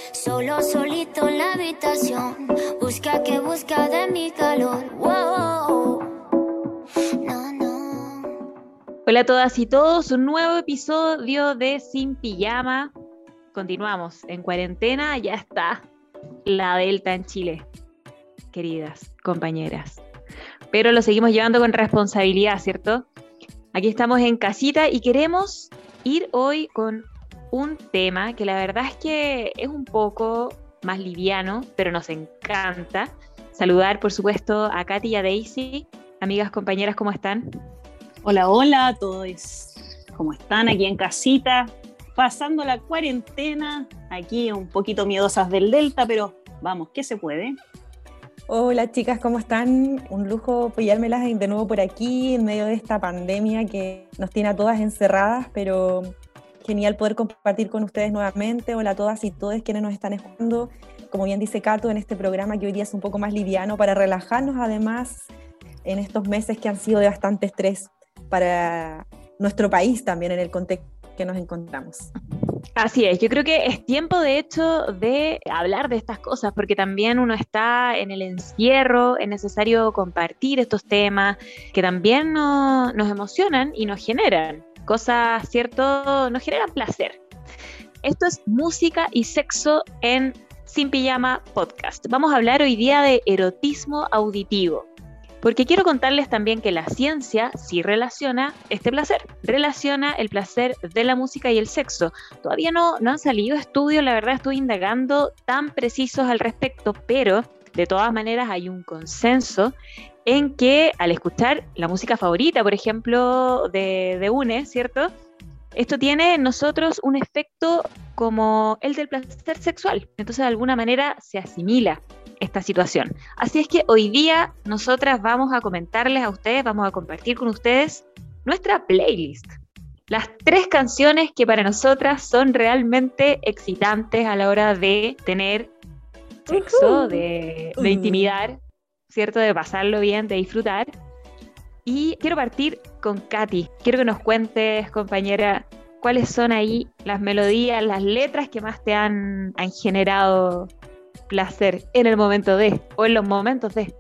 Solo, solito en la habitación. Busca que busca de mi calor. Wow. No, no. Hola a todas y todos, un nuevo episodio de Sin Pijama. Continuamos en cuarentena, ya está la Delta en Chile, queridas compañeras. Pero lo seguimos llevando con responsabilidad, ¿cierto? Aquí estamos en casita y queremos ir hoy con un tema que la verdad es que es un poco más liviano, pero nos encanta. Saludar, por supuesto, a Katy y a Daisy. Amigas, compañeras, ¿cómo están? Hola, hola a todos. ¿Cómo están aquí en casita? Pasando la cuarentena, aquí un poquito miedosas del Delta, pero vamos, ¿qué se puede? Hola chicas, ¿cómo están? Un lujo apoyármelas de nuevo por aquí en medio de esta pandemia que nos tiene a todas encerradas, pero genial poder compartir con ustedes nuevamente. Hola a todas y todos quienes nos están escuchando. Como bien dice Cato, en este programa que hoy día es un poco más liviano para relajarnos, además en estos meses que han sido de bastante estrés para nuestro país también en el contexto que nos encontramos. Así es, yo creo que es tiempo de hecho de hablar de estas cosas porque también uno está en el encierro, es necesario compartir estos temas que también nos emocionan y nos generan cosas, ¿cierto? Nos generan placer. Esto es música y sexo en Sin Pijama Podcast. Vamos a hablar hoy día de erotismo auditivo. Porque quiero contarles también que la ciencia sí relaciona este placer, relaciona el placer de la música y el sexo. Todavía no han salido estudios, la verdad estoy indagando tan precisos al respecto, pero de todas maneras hay un consenso en que al escuchar la música favorita, por ejemplo, de UNE, ¿cierto? Esto tiene en nosotros un efecto como el del placer sexual, entonces de alguna manera se asimila esta situación. Así es que hoy día nosotras vamos a comentarles a ustedes, vamos a compartir con ustedes nuestra playlist. Las 3 canciones que para nosotras son realmente excitantes a la hora de tener sexo, de intimidar, ¿cierto? De pasarlo bien, de disfrutar. Y quiero partir con Katy. Quiero que nos cuentes, compañera, cuáles son ahí las melodías, las letras que más te han generado placer en el momento de, o en los momentos de.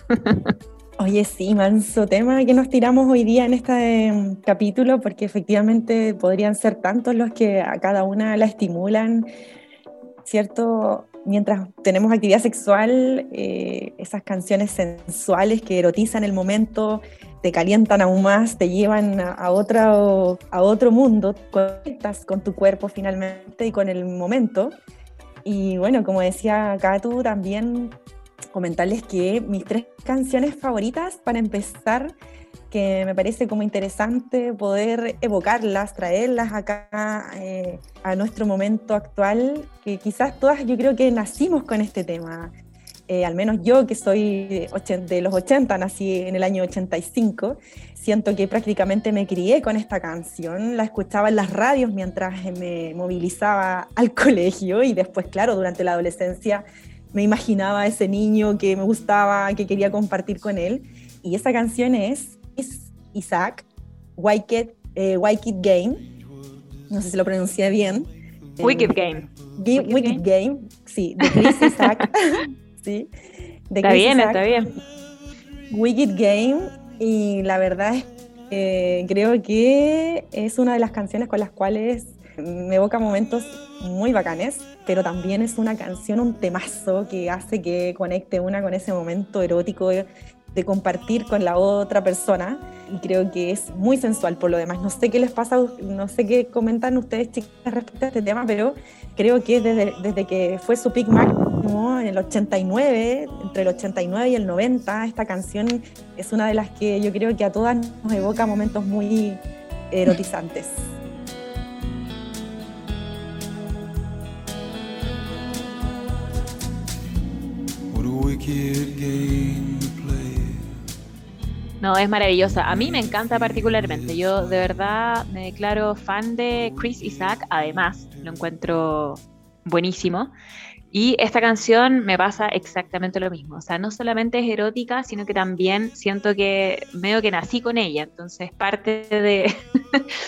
Oye, sí, manso tema que nos tiramos hoy día en este capítulo, porque efectivamente podrían ser tantos los que a cada una la estimulan, ¿cierto? Mientras tenemos actividad sexual, esas canciones sensuales que erotizan el momento, te calientan aún más, te llevan a otro mundo, conectas con tu cuerpo finalmente y con el momento. Y bueno, como decía Katu, también comentarles que mis 3 canciones favoritas, para empezar, que me parece como interesante poder evocarlas, traerlas acá a nuestro momento actual, que quizás todas yo creo que nacimos con este tema. Al menos yo, que soy de los 80, nací en el año 85, siento que prácticamente me crié con esta canción, la escuchaba en las radios mientras me movilizaba al colegio y después, claro, durante la adolescencia me imaginaba a ese niño que me gustaba, que quería compartir con él, y esa canción es Isaac, Wicked Game, no sé si lo pronuncié bien. Wicked Game. Wicked Game, sí, de Chris Isaac. Sí, está bien, Isaac, está bien. Wicked Game, y la verdad es que creo que es una de las canciones con las cuales me evoca momentos muy bacanes, pero también es una canción, un temazo que hace que conecte una con ese momento erótico de compartir con la otra persona, y creo que es muy sensual por lo demás. No sé qué les pasa, no sé qué comentan ustedes, chicas, respecto a este tema, pero creo que desde que fue su peak máximo en el 89, entre el 89 y el 90, esta canción es una de las que yo creo que a todas nos evoca momentos muy erotizantes. What a wicked game to play. No, es maravillosa. A mí me encanta particularmente. Yo de verdad me declaro fan de Chris Isaac. Además, lo encuentro buenísimo. Y esta canción me pasa exactamente lo mismo. O sea, no solamente es erótica, sino que también siento que medio que nací con ella. Entonces, parte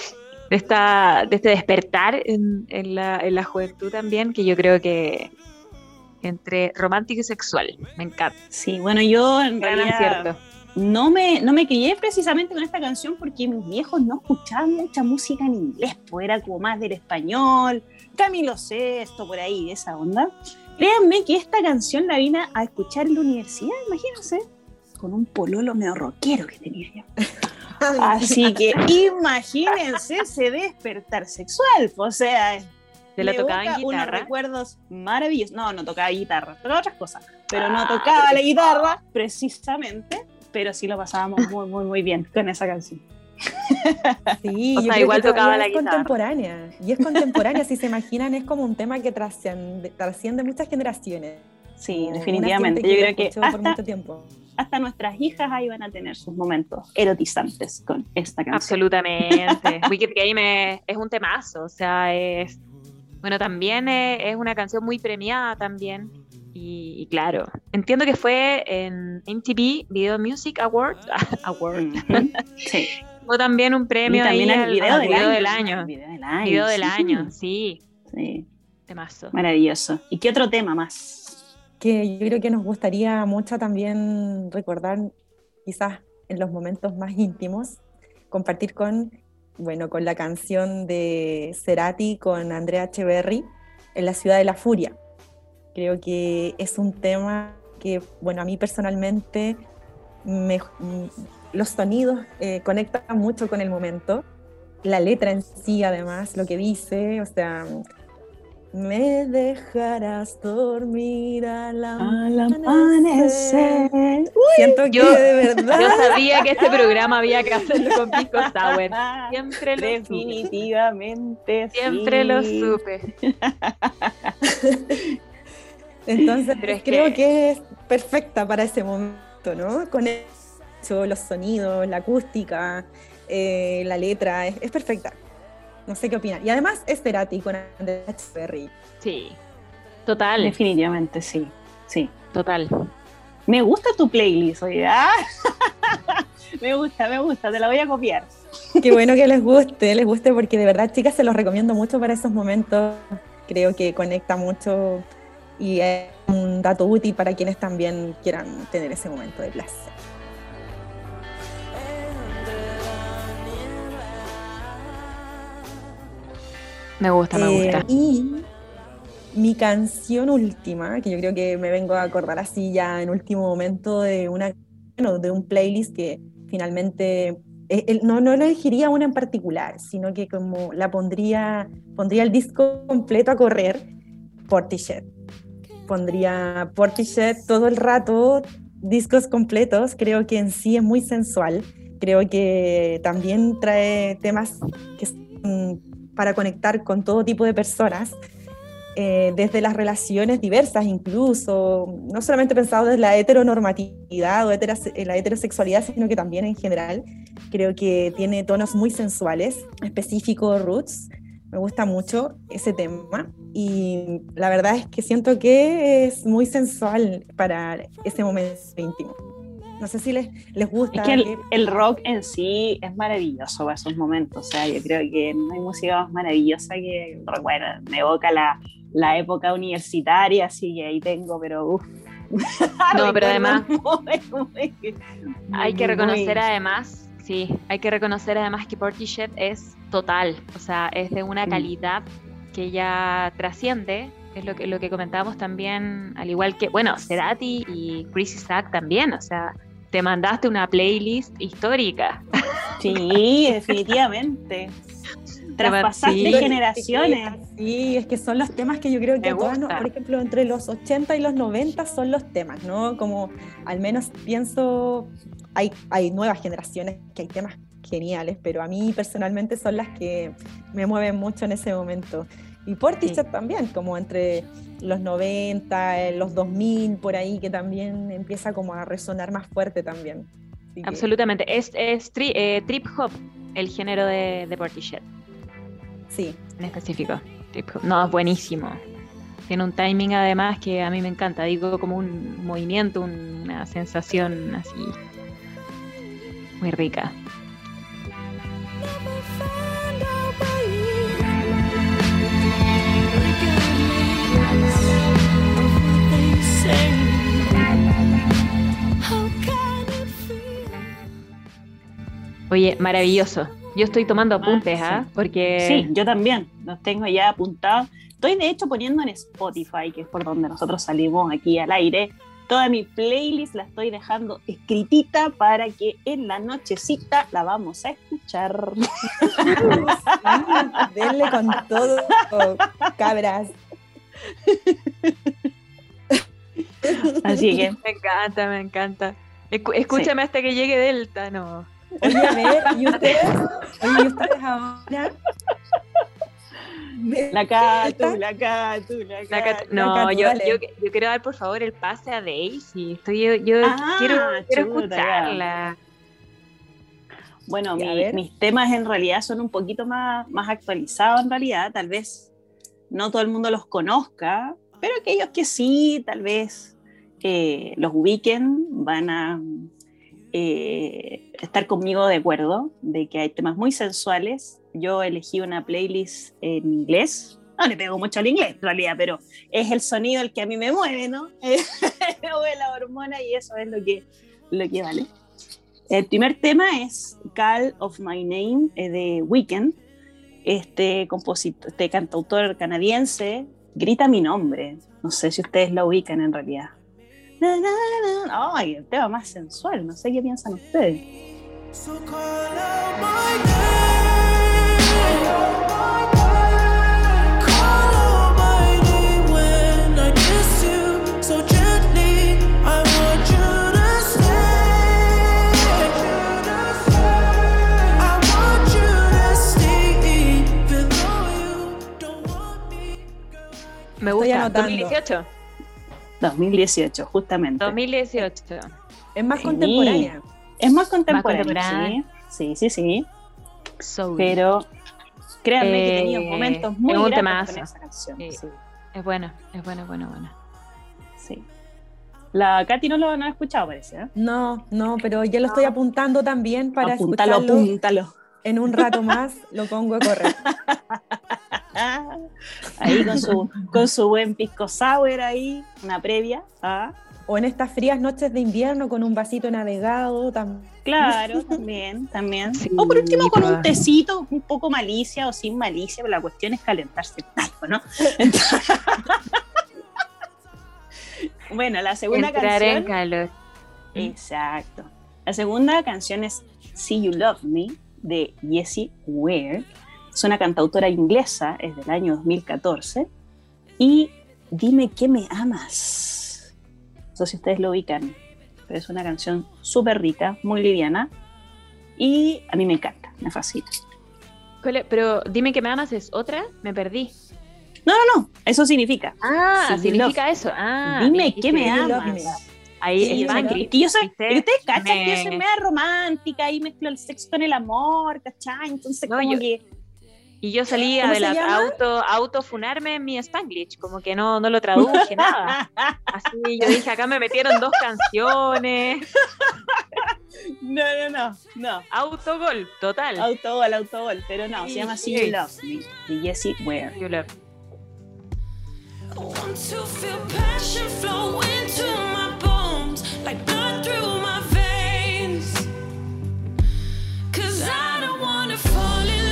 de este despertar en la juventud también, que yo creo que entre romántico y sexual, me encanta. Sí, bueno, yo en Gran realidad acierto. no me crié precisamente con esta canción porque mis viejos no escuchaban mucha música en inglés, pues era como más del español, Camilo Sesto, por ahí, esa onda. Créanme que esta canción la vine a escuchar en la universidad, imagínense, con un pololo medio rockero que tenía yo. Así que imagínense ese despertar sexual, o sea, ¿Te la me tocaba en evoca unos guitarra? recuerdos maravillosos. No tocaba guitarra, tocaba otras cosas, pero no tocaba la guitarra precisamente, pero sí lo pasábamos muy, muy, muy bien con esa canción. Sí, O yo sea, creo igual que tocaba todavía la es guitarra. contemporánea. Y es contemporánea, si se imaginan, es como un tema que trasciende muchas generaciones. Sí, Como definitivamente. una gente Yo que creo lo que escuchó por mucho tiempo. hasta nuestras hijas ahí van a tener sus momentos erotizantes con esta canción. Absolutamente. Wicked Game es un temazo, o sea, bueno, también es una canción muy premiada también. Y claro, entiendo que fue en MTV Video Music Award. Uh-huh. Sí. Hubo también un Y premio también ahí al video del año. Video del año. Video del sí. año, sí. Sí, Temazo. maravilloso. ¿Y qué otro tema más? Que yo creo que nos gustaría mucho también recordar, quizás en los momentos más íntimos, compartir con la canción de Cerati con Andrea Echeverry, En la ciudad de la furia. Creo que es un tema que, bueno, a mí personalmente los sonidos conectan mucho con el momento. La letra en sí, además, lo que dice, o sea, me dejarás dormir al amanecer. Siento que de verdad. Yo sabía que este programa había que hacerlo con Pisco Sour. Siempre lo Definitivamente. Siempre sí. lo supe. Entonces Pero es creo que es perfecta para ese momento, ¿no? Con eso, los sonidos, la acústica, la letra, es perfecta. No sé qué opinan. Y además es Cerati con Andrea Echeverry. Sí, total. Definitivamente, sí. Sí. Total. Me gusta tu playlist, oye. ¡Ah! me gusta, te la voy a copiar. Qué bueno que les guste, porque de verdad, chicas, se los recomiendo mucho para esos momentos. Creo que conecta mucho y es un dato útil para quienes también quieran tener ese momento de placer. Me gusta. Y mi canción última, que yo creo que me vengo a acordar así ya en último momento de un playlist que finalmente no elegiría una en particular, sino que como pondría el disco completo a correr, Portishead. Pondría Portishead todo el rato, discos completos. Creo que en sí es muy sensual. Creo que también trae temas que son para conectar con todo tipo de personas, desde las relaciones diversas incluso, no solamente pensado desde la heteronormatividad o la heterosexualidad, sino que también en general. Creo que tiene tonos muy sensuales, específico roots. Me gusta mucho ese tema y la verdad es que siento que es muy sensual para ese momento íntimo. No sé si les gusta. Es que el rock en sí es maravilloso para esos momentos. O sea, yo creo que no hay música más maravillosa que el rock. Bueno, me evoca la época universitaria, así que ahí tengo, pero uff. No, pero además hay que reconocer además que Portishead es total, o sea, es de una calidad que ya trasciende. Es lo que comentábamos también, al igual que, bueno, Cerati y Chris Isaac también, o sea, te mandaste una playlist histórica. Sí, definitivamente. Traspasaste generaciones. Sí, es que son los temas que yo creo que todas, por ejemplo, entre los 80 y los 90 son los temas, ¿no? Como al menos pienso, hay nuevas generaciones que hay temas geniales, pero a mí personalmente son las que me mueven mucho en ese momento. Y Portishead también, como entre los 90, los 2000, por ahí, que también empieza como a resonar más fuerte también. Absolutamente, es trip hop el género de Portishead. Sí. En específico, trip hop. No, es buenísimo. Tiene un timing además que a mí me encanta, digo como un movimiento, una sensación así muy rica. Oye, maravilloso. Yo estoy tomando apuntes, Sí. Porque Sí, yo también, los tengo ya apuntados. Estoy de hecho poniendo en Spotify, que es por donde nosotros salimos aquí al aire, toda mi playlist la estoy dejando escritita para que en la nochecita la vamos a escuchar. Denle con todo, cabras. Así que, me encanta. Escúchame hasta que llegue Delta, no. Oye, a ver, ¿y ustedes? Oye, ¿y ustedes ahora? la Catu. No, yo dale. quiero dar por favor el pase a Daisy. Quiero chuta, escucharla. Bueno, Ya, a ver. mis temas en realidad son un poquito más actualizados en realidad, tal vez no todo el mundo los conozca, pero aquellos que sí, tal vez los ubiquen, van a estar conmigo de acuerdo de que hay temas muy sensuales. Yo elegí una playlist en inglés, no le pego mucho al inglés en realidad, pero es el sonido el que a mí me mueve, ¿no? Me mueve la hormona y eso es lo que vale. El primer tema es Call of My Name de Weeknd. Este cantautor canadiense grita mi nombre. No sé si ustedes lo ubican en realidad. Ay, el tema más sensual. No sé qué piensan ustedes. So call out my name. Call out my name when I kiss you so gently. I want you to stay. I want you to stay even though you don't want me, girl. Me Estoy gusta. anotando. 2018. 2018, justamente. 2018. Es más Sí. contemporánea. Es más contemporáneo. contemporánea. Sí. Soul. Pero créanme que he tenido momentos muy es un gratos temazo. con esa canción. Sí. Sí. Es bueno. Sí. La Katy no lo ha escuchado, parece, ¿eh? No, pero ya lo estoy apuntando también para Apúntalo, escucharlo apúntalo. en un rato más. Lo pongo a correr. Ahí con su buen pisco sour ahí, una previa. O en estas frías noches de invierno con un vasito navegado. Claro, también. Sí, O por último con un pero- tecito, un poco malicia o sin malicia, pero la cuestión es calentarse el talco, ¿no? Bueno, la segunda Entrar en canción. calor. Exacto. La segunda canción es See You Love Me de Jessie Ware. Es una cantautora inglesa, es del año 2014. Y Dime que me amas. No sé si ustedes lo ubican, pero es una canción súper rica, muy liviana. Y a mí me encanta, me fascina. Pero dime que me amas es otra, me perdí. No, eso significa. Ah, Sí, significa eso. Ah, Dime que me You Love amas. Me. Ahí Sí, es yo sé Spanglish. que yo soy, ¿Viste? y ustedes cachan que yo soy Me- media romántica y mezclo el sexo con el amor, ¿cachai? Entonces No, como yo- que Y yo salí ¿Cómo a se llama? autofunarme en mi Spanglish, como que no lo traduje nada. Así yo dije, acá me metieron 2 canciones. No. Autogol, total. Autogol, pero no, se Sí, llama sí. See You Love Me, de Jessie Ware. You love. I want to feel passion flow into my bones, like blood through my veins. 'Cause I don't wanna fall in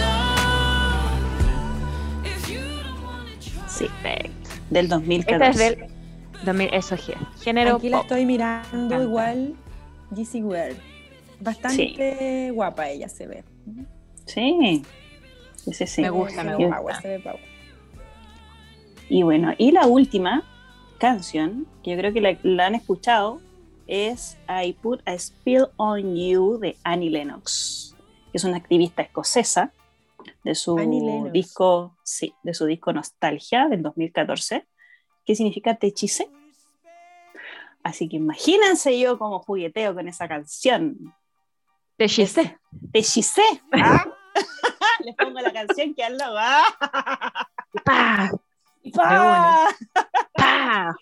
love if you don't wanna try. Sí, del Esta 2014. es del 2000, eso es género Aquí la pop. estoy mirando Canta. igual. Jessie Ware. Bastante guapa ella se ve. Sí. Me gusta, Se me ve gusta. power, se ve power. Y bueno, y la última canción, que yo creo que la han escuchado, es I Put a Spell on You de Annie Lennox, que es una activista escocesa de su Annie Lennox. disco, sí, de su disco Nostalgia del 2014, que significa Te hechicé. Así que imagínense yo como jugueteo con esa canción. Te hechicé. Te hechicé. ¿Ah? Les pongo la canción que habla. ¡Ah! ¡Pah! ¡Pah! ¡Pah!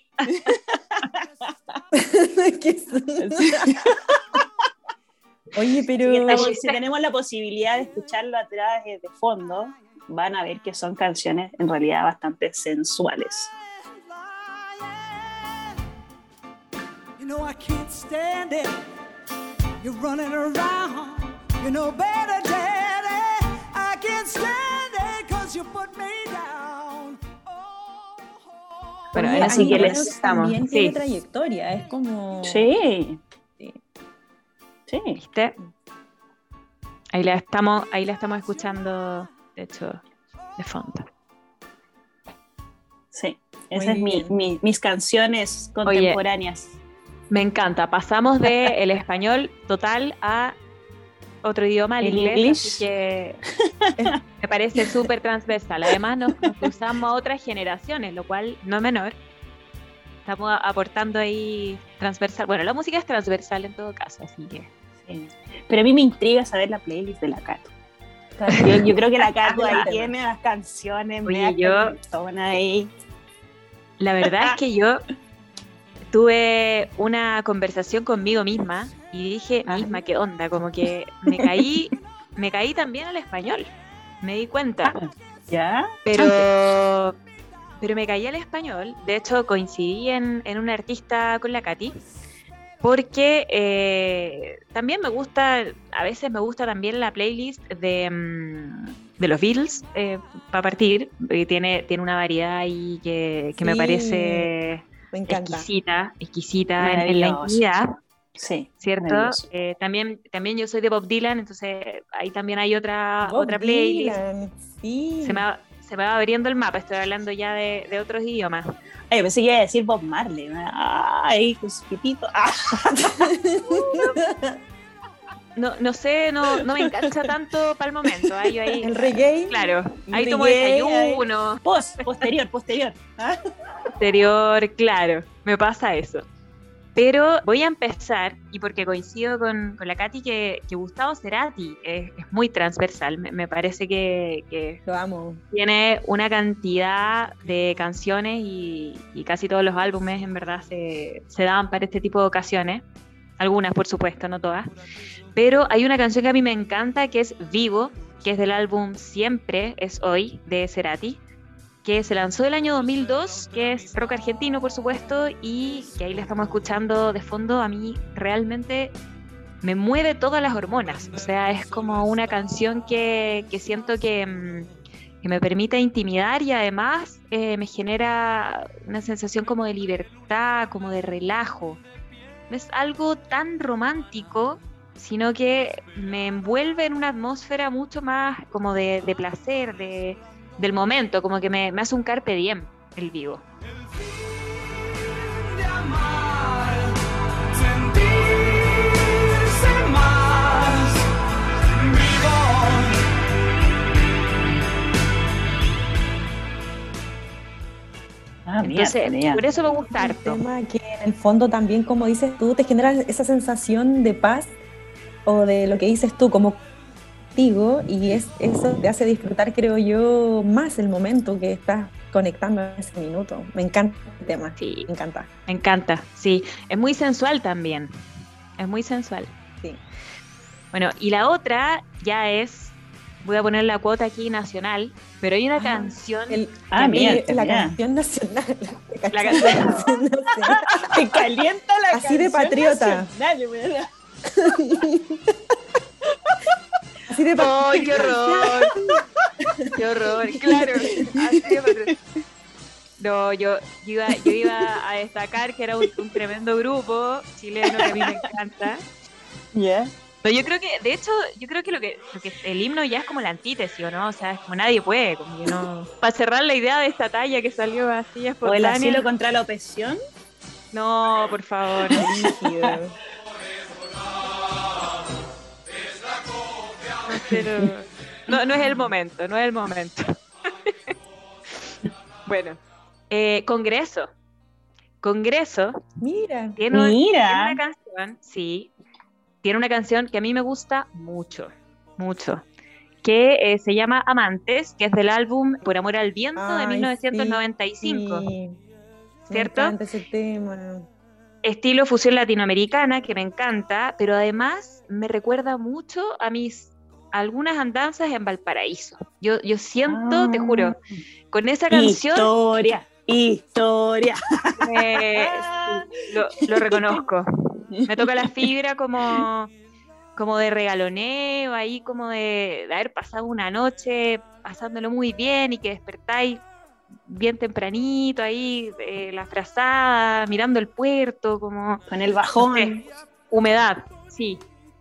Oye, pero Así que si tenemos la posibilidad de escucharlo atrás de fondo, van a ver que son canciones en realidad bastante sensuales. You know I can't stand it. You're running around You know better, Daddy. I can't stand it 'cause you put me down. Bueno, Oye, en eso Así que Annie les- Lennox estamos. también Sí, tiene trayectoria, es como... Sí, Sí. sí. ¿viste? Ahí la estamos escuchando, de hecho, de fondo. Sí, Muy esas es bien. mis canciones contemporáneas. Me encanta. Pasamos de el español total a otro idioma, el El inglés, English. así que me parece súper transversal. Además, nos cruzamos a otras generaciones, lo cual no es menor. Estamos aportando ahí transversal. Bueno, la música es transversal en todo caso, así que... Sí. Pero a mí me intriga saber la playlist de la Cato. Yo creo que la Cato ahí tiene las canciones, Oye, me yo- son ahí. La verdad es que yo tuve una conversación conmigo misma y dije, misma, ¿qué onda? Como que me caí también al español. Me di cuenta. ¿Ya? Pero me caí al español. De hecho, coincidí en una artista con la Katy. Porque también me gusta, a veces me gusta también la playlist de los Beatles, para partir. Tiene una variedad ahí que me Sí, parece me encanta. exquisita en la Maravilloso. intimidad, Sí. ¿cierto? Maravilloso. También yo soy de Bob Dylan, entonces ahí también hay otra Bob playlist. Dylan, sí. Se me va abriendo el mapa, estoy hablando ya de otros idiomas. Ay, pensé que iba a decir Bob Marley. Ay, con su pitito. No sé, no me engancha tanto para el momento. Ahí, El reggae. claro, ahí tomo Reggae, desayuno, Posterior. ¿Ah? posterior, claro, me pasa eso. Pero voy a empezar, y porque coincido con la Katy, que Gustavo Cerati es muy transversal. Me parece que Lo amo. tiene una cantidad de canciones y casi todos los álbumes en verdad se daban para este tipo de ocasiones. Algunas, por supuesto, no todas. Pero hay una canción que a mí me encanta, que es Vivo, que es del álbum Siempre es Hoy, de Cerati, que se lanzó el año 2002, que es rock argentino, por supuesto, y que ahí la estamos escuchando de fondo. A mí realmente me mueve todas las hormonas. O sea, es como una canción que siento que me permite intimidar y además me genera una sensación como de libertad, como de relajo. No es algo tan romántico, sino que me envuelve en una atmósfera mucho más como de placer, del momento, como que me hace un carpe diem el Vivo. De amar, sentirse más vivo. Entonces, por eso me gusta Un harto. tema que en el fondo también, como dices tú, te genera esa sensación de paz o de lo que dices tú, como contigo, y eso te hace disfrutar, creo yo, más el momento que estás conectando en ese minuto. Me encanta el tema, Sí, me encanta. me encanta, sí. Es muy sensual también. Es muy sensual. Sí. Bueno, y la otra ya es, voy a poner la cuota aquí nacional, pero hay una canción. La canción nacional. La canción. nacional. Te calienta la Así de canción patriota. nacional, ¿verdad? Así de ¡Oh, qué horror! ¡Qué horror! Claro, así de patriota. No, yo iba a destacar que era un tremendo grupo chileno que a mí me encanta. Ya. No, yo creo que, de hecho, lo que el himno ya es como la antítesis, ¿o no? O sea, es como nadie puede, como que no. Para cerrar la idea de esta talla que salió así O el espontánea. asilo contra la opresión. No, por favor. rígido. No es el momento, no es el momento. Bueno, Congreso. Congreso Mira. tiene Mira. una canción, sí, tiene una canción que a mí me gusta mucho, mucho, que se llama Amantes, que es del álbum Por Amor al Viento de Ay, 1995, sí. ¿cierto? Me encanta ese tema. Estilo fusión latinoamericana, que me encanta, pero además me recuerda mucho a algunas andanzas en Valparaíso. Yo siento, te juro, con esa canción Historia. sí, lo reconozco. Me toca la fibra como como de regaloneo, ahí como de haber pasado una noche pasándolo muy bien y que despertáis bien tempranito ahí, la frazada, mirando el puerto, como Con el bajón. no sé, humedad, sí.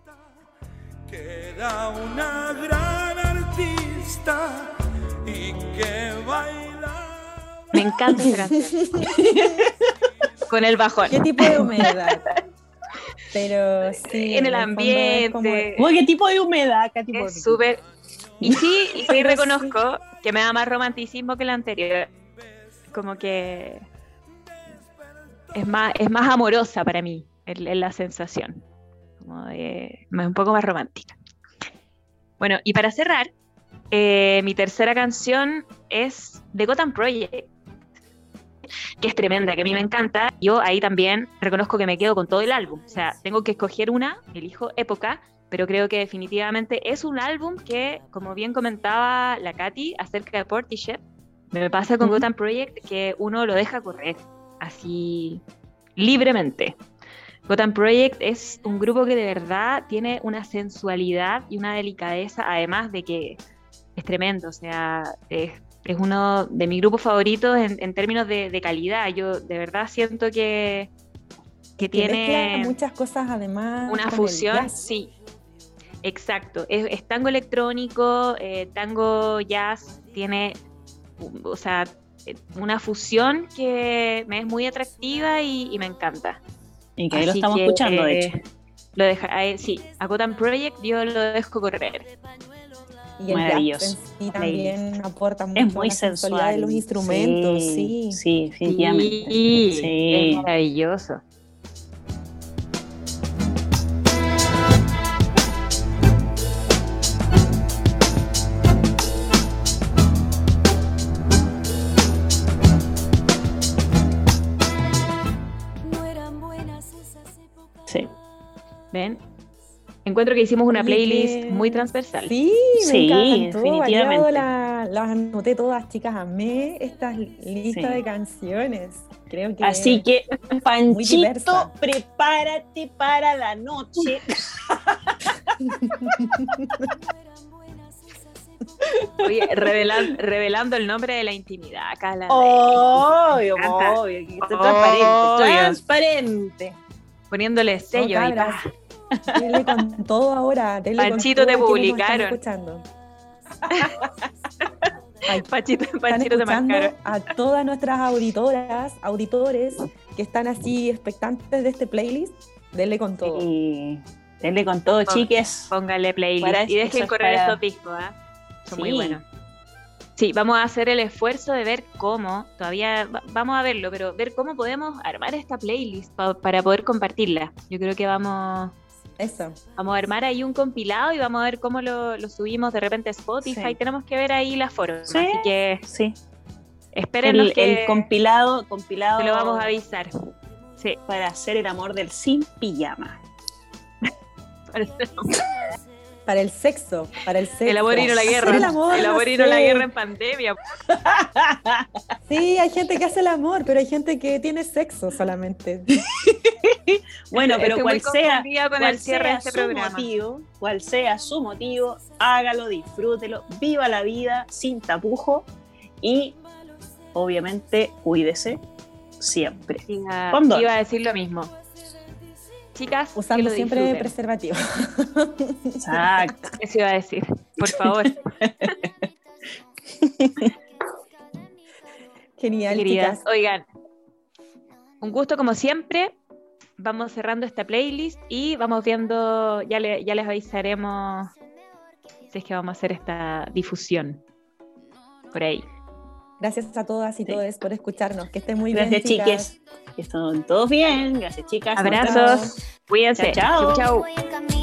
Queda una gran artista y que baila. Me encanta esa canción. Con el bajón. ¿Qué tipo de humedad? Pero sí. En el fondo es ambiente. Uy, ¿qué tipo de humedad? ¿Qué tipo de Es súper. Y sí reconozco que me da más romanticismo que la anterior. Como que es más amorosa para mí la sensación. Como de, un poco más romántica. Bueno, y para cerrar, mi tercera canción es The Gotham Project, que es tremenda, que a mí me encanta. Yo ahí también reconozco que me quedo con todo el álbum. O sea, tengo que escoger una, elijo Época, pero creo que definitivamente es un álbum que, como bien comentaba la Katy acerca de Portishead, me pasa con Gotham Project que uno lo deja correr así libremente. Gotham Project es un grupo que de verdad tiene una sensualidad y una delicadeza, además de que es tremendo. O sea, es uno de mis grupos favoritos en términos de calidad. Yo de verdad siento que tiene mezcla muchas cosas además. una con el fusión, jazz. sí, exacto. Es tango electrónico, tango jazz, tiene, o sea, una fusión que me es muy atractiva y me encanta. Y que ahí lo Así estamos que, escuchando, de hecho. Lo sí, a Gotham Project yo lo dejo correr. Y el Maravilloso. jazz en sí también aporta mucho Es muy a la sensualidad sensual. de los instrumentos, sí. Sí, definitivamente. Sí, Sí. es maravilloso. Sí. ¿Ven? Encuentro que hicimos una Oye, playlist que- muy transversal. Sí, Sí, me encantó. definitivamente. Variado, las anoté todas, chicas. Amé esta lista Sí. de canciones. Creo que Así que, Panchito, diversa. prepárate para la noche. Oye, revelando el nombre de la intimidad acá. Obvio, Me encanta. obvio. Que transparente, Obvio. transparente. Poniéndole sello y cabras. pa. denle con todo ahora. denle con Panchito, todo te a quienes nos publicaron. están escuchando. Ay, Panchito están te escuchando marcaron. a todas nuestras auditoras, auditores que están así expectantes de este playlist. Denle con todo. Y denle con todo, chiques. Póngale playlist Para y eso dejen es correr para- estos discos, ¿ah? Son muy Sí. buenos. Sí, vamos a hacer el esfuerzo de ver cómo, todavía vamos a verlo, pero ver cómo podemos armar esta playlist para poder compartirla. Yo creo que vamos Eso. a armar ahí un compilado y vamos a ver cómo lo subimos de repente a Spotify. Sí. Tenemos que ver ahí las formas, Sí. así que Sí. espérenos que El compilado te lo vamos a avisar. Sí. para hacer el amor del sin pijama. Para el sexo. Para el sexo. El amor y no la guerra. Hacer el amor, El no amor y no la sé. guerra en pandemia. Sí, hay gente que hace el amor, pero hay gente que tiene sexo solamente. Bueno, pero Estoy cual muy sea, confundida con cual el cierre de sea este su programa. motivo, cual sea su motivo, hágalo, disfrútelo, viva la vida sin tapujo y obviamente cuídese siempre. Iba Condón. a decir lo mismo. Chicas, Usando que lo siempre disfruten. preservativo. Exacto. Eso iba a decir, por favor. Genial, Queridas, chicas. oigan, un gusto como siempre. Vamos cerrando esta playlist y vamos viendo, ya les avisaremos si es que vamos a hacer esta difusión por ahí. Gracias a todas y Sí. todos por escucharnos. Que estén muy Gracias, bien, chicas. chiques. Que estén todos bien. Gracias, chicas. Abrazos, cuídense. Chao, chao. Chau. Voy en camino.